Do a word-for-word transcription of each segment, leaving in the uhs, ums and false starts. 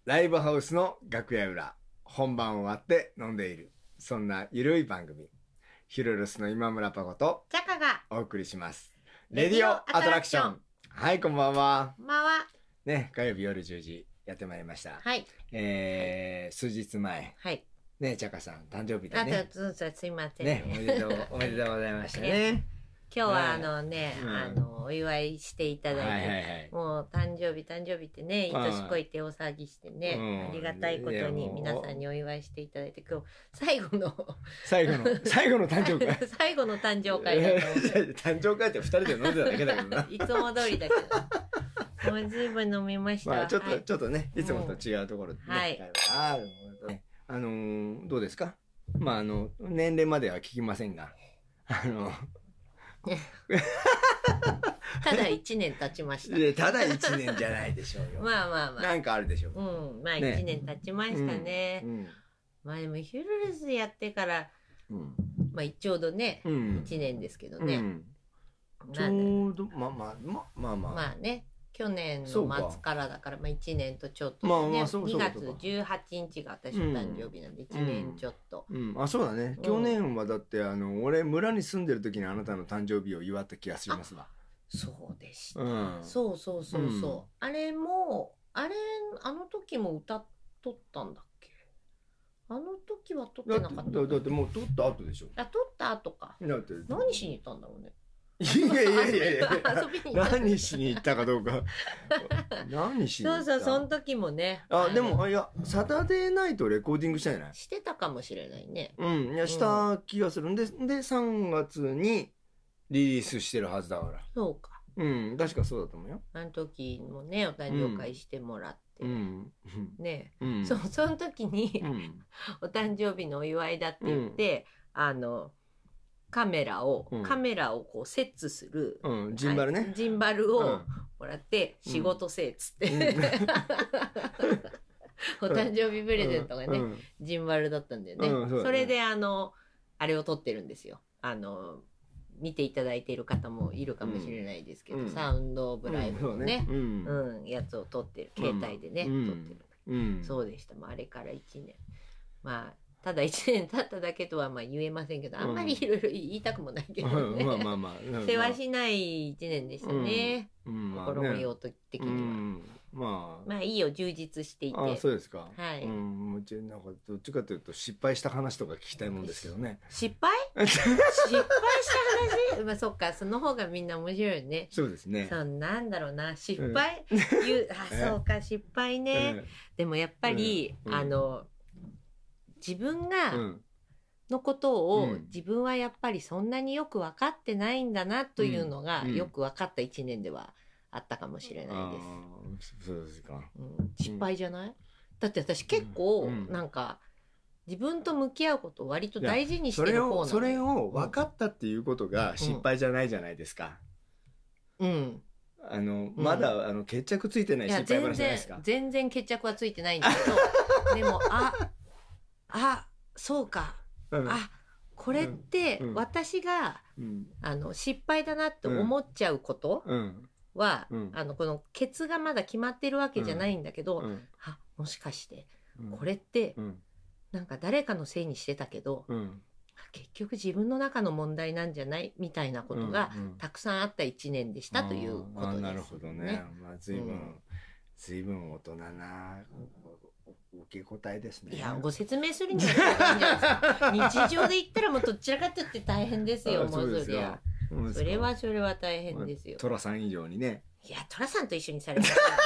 ライブハウスの楽屋裏、本番終わって飲んでいる、そんなゆるい番組、ヒロロスの今村パコとジャカがお送りします。レディオアトラクション。はい、こんばんは。 こんばんは。 ね、火曜日夜じゅうじやってまいりました。 はい。 えー、数日前。 はい。 ね、ジャカさん、誕生日だあね。 と、すいませんね。 ね、おめでとう、おめでとうございましたね。 今日はあのね、 うんあの、お祝いしていただいて、 はいはいはい。 もう誕生日誕生日ってね、いとしこいて大騒ぎしてね、 うんありがたいことに皆さんにお祝いしていただいて、今日最後の最後の、最後の誕生会。 最後の誕生会だと思う。 誕生会って二人で飲んでただけだけどな。 いつも通りだけど。もう随分飲みました。 まあちょっと、 はい、 ちょっとね、いつもと違うところでね。 はい。 ああのー、どうですか？まああの、年齢までは聞きませんが、あの、 ただ一年経ちました。 ただ一年じゃないでしょうよ。 まあまあまあ。 なんかあるでしょう。 うん。まあ一年経ちましたね。 うんうん、 まあでもヒュルルスやってから、うん、まあちょうどね、 うん、 一年ですけどね。うん、 ちょうど、まあまあ、まあまあまあ。 まあね。去年の末からだから、まあいちねんとちょっと、ね。 まあまあそうそうにがつじゅうはちにちが私の誕生日なんで、いちねんちょっと。 うんうん、あ、そうだね。去年はだって、あの、俺、村に住んでる時にあなたの誕生日を祝った気がしますわ。 そうでした。 うん、 そうそうそうそう。あれも、あれ、あの時も歌っとったんだっけ？あの時は撮ってなかった。 だって、だってもう撮った後でしょ。 あ、撮った後か。だって何しに行ったんだろうね。 いやいやいやいや遊びに行った。 何しに行ったかどうか。何しに行った？ そうそう、その時もね。 あ、でも、いや、サタデーナイトレコーディングしたじゃない？ してたかもしれないね。 うん、いや、した気がするんで、で、さんがつにリリースしてるはずだから。 そうか。 うん、確かそうだと思うよ。 あの時もね、お誕生会してもらって。うん。ね、うん、そう、その時に、うん、お誕生日のお祝いだって言って、うん、あの、カメラを、うん、カメラをこう設置する、 うん、ジンバルね。 ジンバルをもらって、うん、仕事せえっつって、うん、お誕生日プレゼントがね、うん、ジンバルだったんだよね。うん、そ, ねそれであの、あれを撮ってるんですよ。あの、見ていただいている方もいるかもしれないですけど、うん、サウンドオブライブのね、うん、うん、やつを撮ってる。携帯でね、うん、撮ってる、うん。そうでした。まあ、あれからいちねん。まあ、ただいちねん経っただけとはまあ言えませんけど、あんまりいろいろ言いたくもないけどね。まあまあまあ。世話しないいちねんでしたね。心も用途的には。まあ。まあいいよ、充実していて。 ああ、そうですか。 はい。 うん、もちろんなんかどっちかというと失敗した話とか聞きたいもんですけどね。 失敗失敗した話まあそっか、その方がみんな面白いね。 そうですね。 そう、なんだろうな、失敗、うん、言う、あ、そうか、失敗ね。うん、でもやっぱり、うん、あの、自分が、のことを、自分はやっぱりそんなによく分かってないんだなというのが、よく分かった一年ではあったかもしれないです。 そうですか。 うん、失敗じゃない？だって私結構、なんか、自分と向き合うことを割と大事にしてる方なの。 それを分かったっていうことが失敗じゃないじゃないですか。うん。あの、まだ、あの、決着ついてない失敗話じゃないですか。 全然決着はついてないんだけど、でも、あ、あ、そうか。うん、あ、これって私が、うん、あの失敗だなって思っちゃうことは、うん、あのこのケツがまだ決まってるわけじゃないんだけど、うん、あ、もしかしてこれって、うん、なんか誰かのせいにしてたけど、うん、結局自分の中の問題なんじゃないみたいなことがたくさんあった一年でしたということです、ね。 なるほどね。まあ、随分、随分大人な受け答えですね。 いや、ご説明するにはそうなんじゃないですか。日常で言ったらもうどちらかって言って大変ですよ、もうそりゃ。それはそれは大変ですよ。 トラさん以上にね。 いや、トラさんと一緒にされた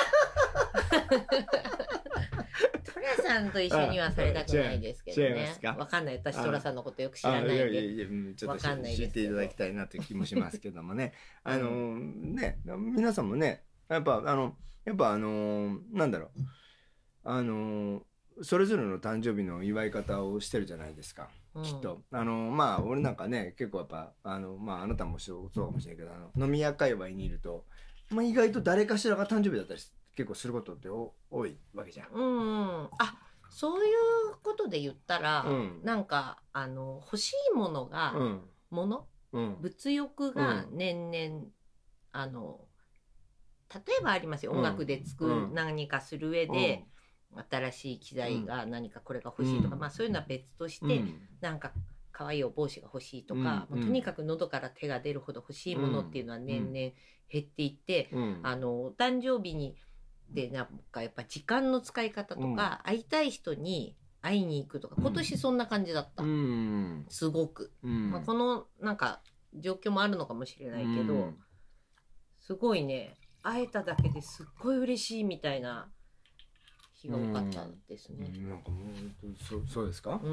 トラさんと一緒にはされたくないですけどね。わかんない。私トラさんのことよく知らないんで。 ちょっと知っていただきたいなという気もしますけどもね。あの、ね、皆さんもね、やっぱ、あの、やっぱあの、なんだろう。あのそれぞれの誕生日の祝い方をしてるじゃないですか、うん、きっとあのまあ俺なんかね結構やっぱあのまああなたもそうかもしれないけどあの飲み屋界隈にいると、まあ、意外と誰かしらが誕生日だったり結構することってお多いわけじゃん。 うん、あ、そういうことで言ったら、うん、なんかあの欲しいものが、うん、もの、うん、物欲が年々、あの例えばありますよ、音楽で作る、何かする上で、 新しい機材が何かこれが欲しいとか、 うん、 まあそういうのは別として、うん、なんか可愛いお帽子が欲しいとか、うん、もうとにかく喉から手が出るほど欲しいものっていうのは年々減っていって、うん、あのお誕生日にでなんかやっぱ時間の使い方とか、うん、会いたい人に会いに行くとか、今年そんな感じだった、うん、すごく、うん、まあ、このなんか状況もあるのかもしれないけど、うん、すごいね、会えただけですっごい嬉しいみたいな日が多かったですね。 うん、なんかもう そ, そうですか、うん、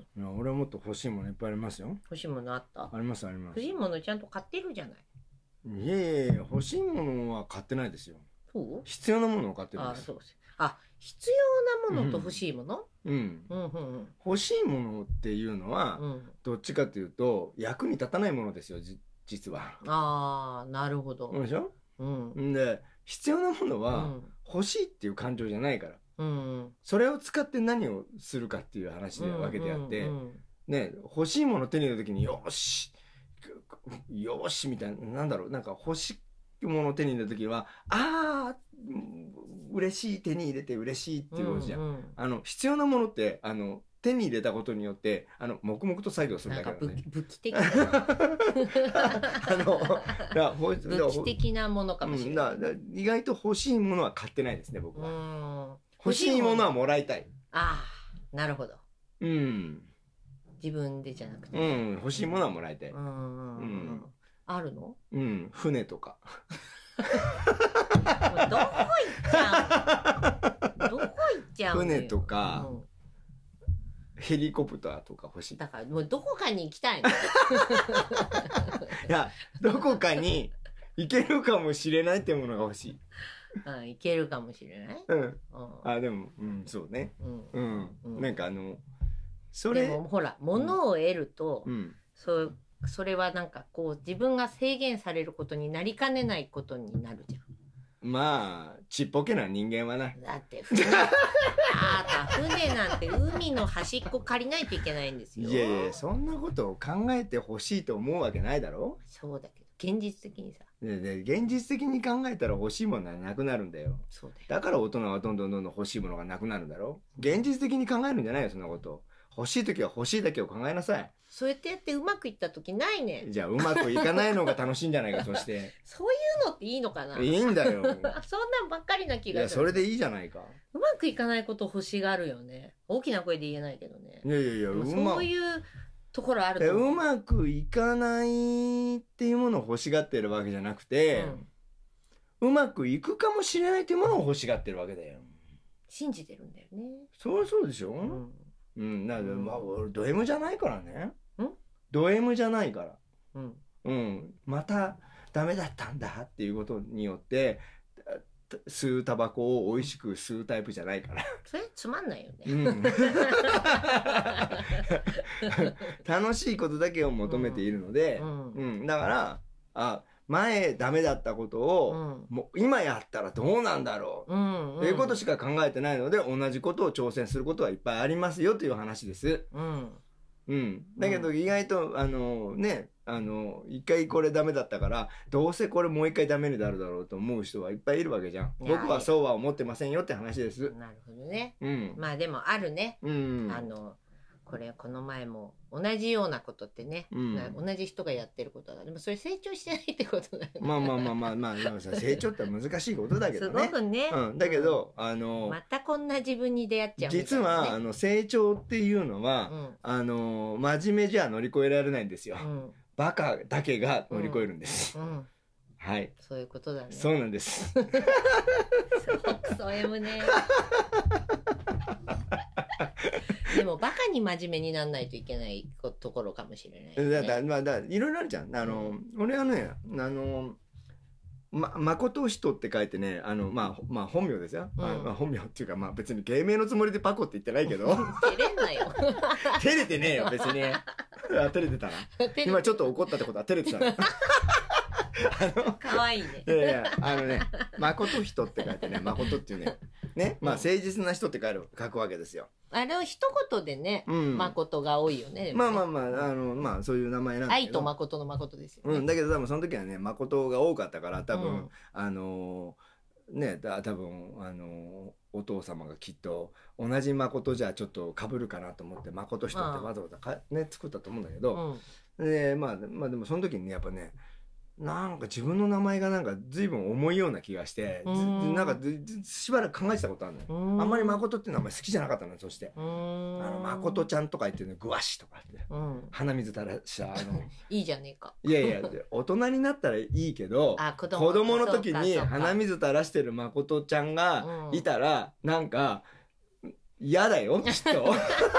いや俺はもっと欲しいものいっぱいありますよ。 欲しいものあった？ ありますあります。 欲しいものちゃんと買ってるじゃない。 いやいやいや、欲しいものは買ってないですよ。そう必要なものを買ってるんです。 あ、そうです。あ、必要なものと欲しいもの、うん、うんうんうん、 欲しいものっていうのは、うん、どっちかというと役に立たないものですよ、じ実は。 ああ、なるほど。 でしょ、うん、で必要なものは、うん、欲しいっていう感情じゃないから、うん、それを使って何をするかっていう話なわけであって、うんうんうん、ね、欲しいものを手に入れた時によしよしみたいな、なんだろう、なんか欲しいものを手に入れた時はああ嬉しい、手に入れて嬉しいっていうことじゃん、うんうん、あの必要なものってあの手に入れたことによってあの黙々と作業するだけだね。 武器的なあのだ武器的なものかもしれない、うん、だだ意外と欲しいものは買ってないですね、僕は。うん、欲しいものはもらいたい。 ああ、なるほど。うん、自分でじゃなくて、 うん、欲しいものはもらいたい。うん、 うん、あるの？ うん、船とかもうどこ行っちゃうどこ行っちゃう船とか、うん、ヘリコプターとか欲しい。 だからもうどこかに行きたいのいや、どこかに行けるかもしれないっていうものが欲しい。 ああ、行けるかもしれない、 うん、あ、でも、うん、そうね、うん、うん、なんかあのそれでもほら物を得ると、うん、そうそれはなんかこう自分が制限されることになりかねないことになるじゃん。 まあちっぽけな人間はな。 だって船あーた船なんて海の端っこ借りないといけないんですよ。 いやいや、そんなことを考えてほしいと思うわけないだろ。 そうだけど現実的にさ、 でで現実的に考えたら欲しいものはなくなるんだよ。そうだよ。だから大人はどんどんどんどん欲しいものがなくなるんだろ。現実的に考えるんじゃないよ、そんなこと。欲しい時は欲しいだけを考えなさい。 そうやってやってうまくいった時ないね。 じゃあうまくいかないのが楽しいんじゃないかそしてそういうのっていいのかな。 いいんだよそんなんばっかりな気がする。いや、それでいいじゃないか。 うまくいかないこと欲しがるよね。大きな声で言えないけどね。 いやいやいや、うまそういうところあると思う。 うまくいかないっていうものを欲しがってるわけじゃなくて、うん、うまくいくかもしれないっていうものを欲しがってるわけだよ。 信じてるんだよね。 そうそうでしょ、うんうん、な、まあ、俺ド M じゃないからね。んド M じゃないから。うん。うん。またダメだったんだっていうことによって、吸うタバコを美味しく吸うタイプじゃないから。 それつまんないよね。うん。 楽しいことだけを求めているので、うん。うん、だから、あ、前ダメだったことを、うん、もう今やったらどうなんだろう、うんうん、ということしか考えてないので、同じことを挑戦することはいっぱいありますよという話です。うんうん、だけど意外とあのね、あの一回これダメだったからどうせこれもう一回ダメになるだろうと思う人はいっぱいいるわけじゃん。僕はそうは思ってませんよって話です。 なるほどね、うん、まあでもあるね、うん、あのこれこの前も同じようなことってね、うん、同じ人がやってることだ。でもそれ成長してないってことだよね。 まあまあまあまあまあ、まあ、成長って難しいことだけどね。 すごくね。 うん、だけど、あのまたこんな自分に出会っちゃうみたいな、ね。 実はあの成長っていうのは、うん、あの真面目じゃ乗り越えられないんですよ。うん、バカだけが乗り越えるんです。うんうん、はい。 そういうことだね。 そうなんです。 そうクソ M ね。でもバカに真面目にならないといけないところかもしれない、ね。 だからまあだいろいろあるじゃん。あの、うん、俺はね、あのま誠人って書いてね、あのまあまあ本名ですよ。うん、まあ本名っていうかまあ別に芸名のつもりでパコって言ってないけど。 照れんなよ。 照れてねえよ別に。あ照れてたな。今ちょっと怒ったってことは照れてたな。 かわいいね。 いやいや、あのね、誠人って書いてね、誠っていうね、ね、まあ誠実な人って書る書くわけですよ。 あれを一言でね、うん、誠が多いよね。 まあまあまあ、あの、まあそういう名前なんだけど。 愛と誠の誠ですよね。うん、だけど多分その時はね、誠が多かったから、多分、うん、あのー、 ねだ多分あのお父様がきっと同じ誠じゃちょっと被るかなと思って誠人ってわざわざか、ね、作ったと思うんだけど、うん、でまあまあでもその時にねやっぱねなんか自分の名前がなんか随分重いような気がしてなんかしばらく考えてたことあるのよ。あんまり誠っていう名前好きじゃなかったのよ。そしてあの誠ちゃんとか言ってねグワシとかって、うん、鼻水垂らしたあのいいじゃねえか。 いやいや大人になったらいいけどあ子供、子供の時に鼻水垂らしてる誠ちゃんがいたら、うん、なんか嫌だよきっと。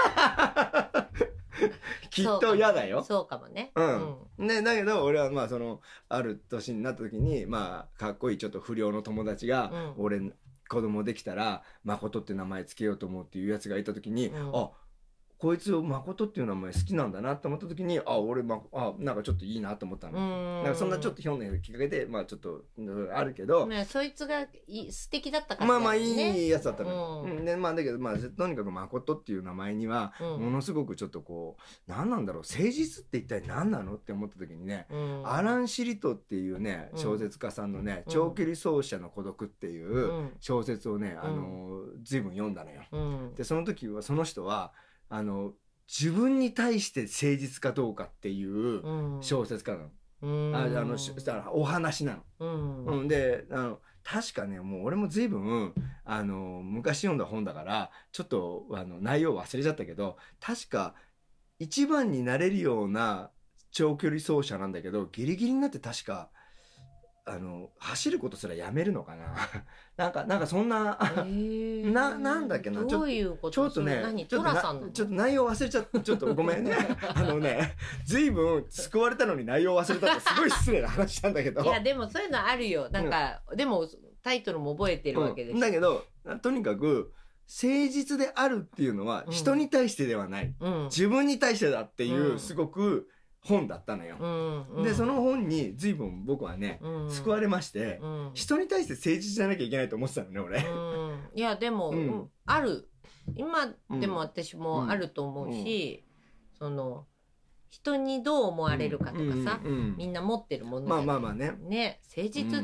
きっと嫌だよ。 そうかもね。 うん。うん、ね、だけど俺はまあそのある年になった時にまあかっこいいちょっと不良の友達が、うん、俺子供できたら誠って名前つけようと思うっていうやつがいた時に、うん、あこいつを誠っていう名前好きなんだなって思った時にあ俺、ま、あなんかちょっといいなと思ったの。なんかそんなちょっとひょんなきっかけでまあちょっとあるけど、 ね、そいつがい素敵だったから、 ね、まあまあいいやつだったの、うん、でまあだけどまあとにかく誠っていう名前にはものすごくちょっとこう、うん、何なんだろう誠実って一体何なのって思った時にね、うん、アラン・シリトっていうね小説家さんのね、うん、長距離走者の孤独っていう小説をね、うん、あの随分読んだのよ、うん、でその時はその人はあの自分に対して誠実かどうかっていう小説家なの、うん、ああのお話なの、うんうん、であの確かねもう俺も随分あの昔読んだ本だからちょっとあの内容忘れちゃったけど確か一番になれるような長距離走者なんだけどギリギリになって確かあの走ることすらやめるのかななんかなんかそんなななんだっけなどういうことちょっとねちょっとちょっと内容忘れちゃったちょっとごめんねあのね随分救われたのに内容忘れたってすごい失礼な話なんだけどいやでもそういうのあるよなんか、うん、でもタイトルも覚えてるわけでしょ、 うん、だけどとにかく誠実であるっていうのは人に対してではない、うん、自分に対してだっていう、うん、すごく本だったのよ、うんうん、でその本に随分僕はね、うん、救われまして、うん、人に対して誠実じゃなきゃいけないと思ってたのね俺、うん、 いやでも、うん、ある今でも私もあると思うし、うん、その人にどう思われるかとかさ、うんうん、みんな持ってるものじゃない、 まあまあまあね、 ね誠実って、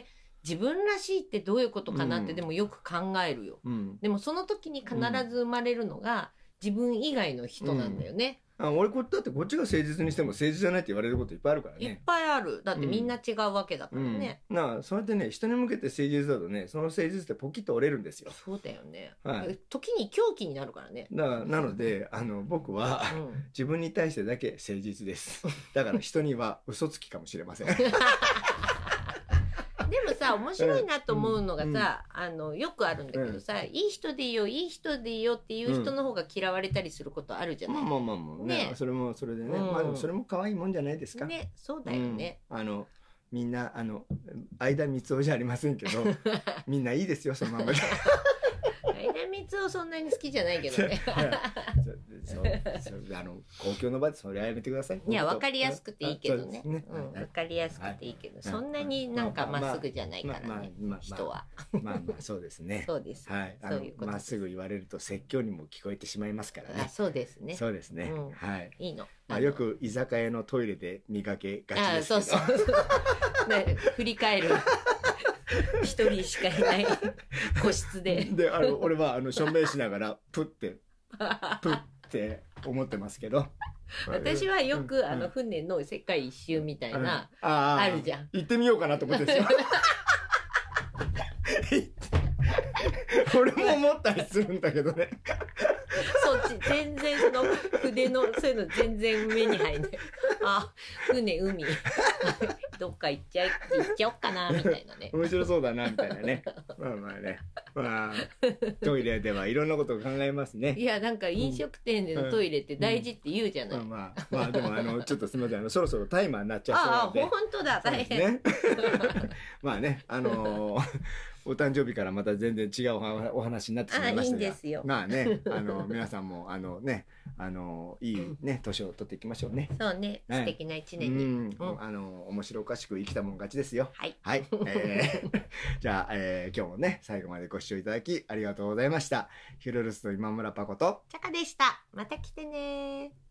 自分らしいってどういうことかなってでもよく考えるよ、うん、でもその時に必ず生まれるのが自分以外の人なんだよね、 うん、あ俺こだってこっちが誠実にしても誠実じゃないって言われることいっぱいあるからね。 いっぱいある。だってみんな違うわけだからね、 うんうん、なあそうやってね人に向けて誠実だとねその誠実ってポキッと折れるんですよ。 そうだよね、はい、時に狂気になるからね。 だからなのであの僕は、うん、自分に対してだけ誠実ですだから人には嘘つきかもしれませんでもさ面白いなと思うのがさ、うん、あのよくあるんだけどさ、うん、いい人でいいよいい人でいいよっていう人の方が嫌われたりすることあるじゃない、 うん、まあまあまあね、ねそれもそれでね、うん、まあでもそれも可愛いもんじゃないですかね。そうだよね、 うん、あのみんなあの相田光雄じゃありませんけどみんないいですよそのままで相田光雄そんなに好きじゃないけどねそうそうあの公共の場でそれはやめてください。 いや分かりやすくていいけどね、ね、うん、分かりやすくていいけど、はい、そんなになんかまっすぐじゃないからね、人はまあまあそうですねそうです、 はい、そういうことまっすぐ言われると説教にも聞こえてしまいますからね。 あそうですねそうですね、うん、はいいいの、 まあ、よく居酒屋のトイレで見かけがちですけど、あそうそうね、振り返る一人しかいない個室でであの俺はあのしょんべんしながらプッてプッって思ってますけど私はよく、うん、あの船の世界一周みたいな、うん、あ, あるじゃん行ってみようかなと思ってですよ俺も思ったりするんだけどねそっち全然その筆のそういうの全然目に入んないあ船海どっか行っちゃい行っちゃおっかなみたいなね面白そうだなみたいなねまあまあねまあトイレではいろんなことを考えますね。 いやなんか飲食店でのトイレって大事って言うじゃない、 うんうん、まあまあまあでもあのちょっとすみませんあのそろそろタイマーになっちゃうそうなのでああ本当だ大変、ね、 まあねあのーお誕生日からまた全然違うお話になってしまいましたが、 あいいんですよ。 まあね、あの皆さんもあのね、あのいいね年を取っていきましょうね。 そうね、はい、素敵な一年に、 うんうん、あの面白おかしく生きたもん勝ちですよ。 はい。 はい。えー、じゃあ、えー、今日もね最後までご視聴いただきありがとうございました。ヒュルルスと今村パコとチャカでした。また来てね。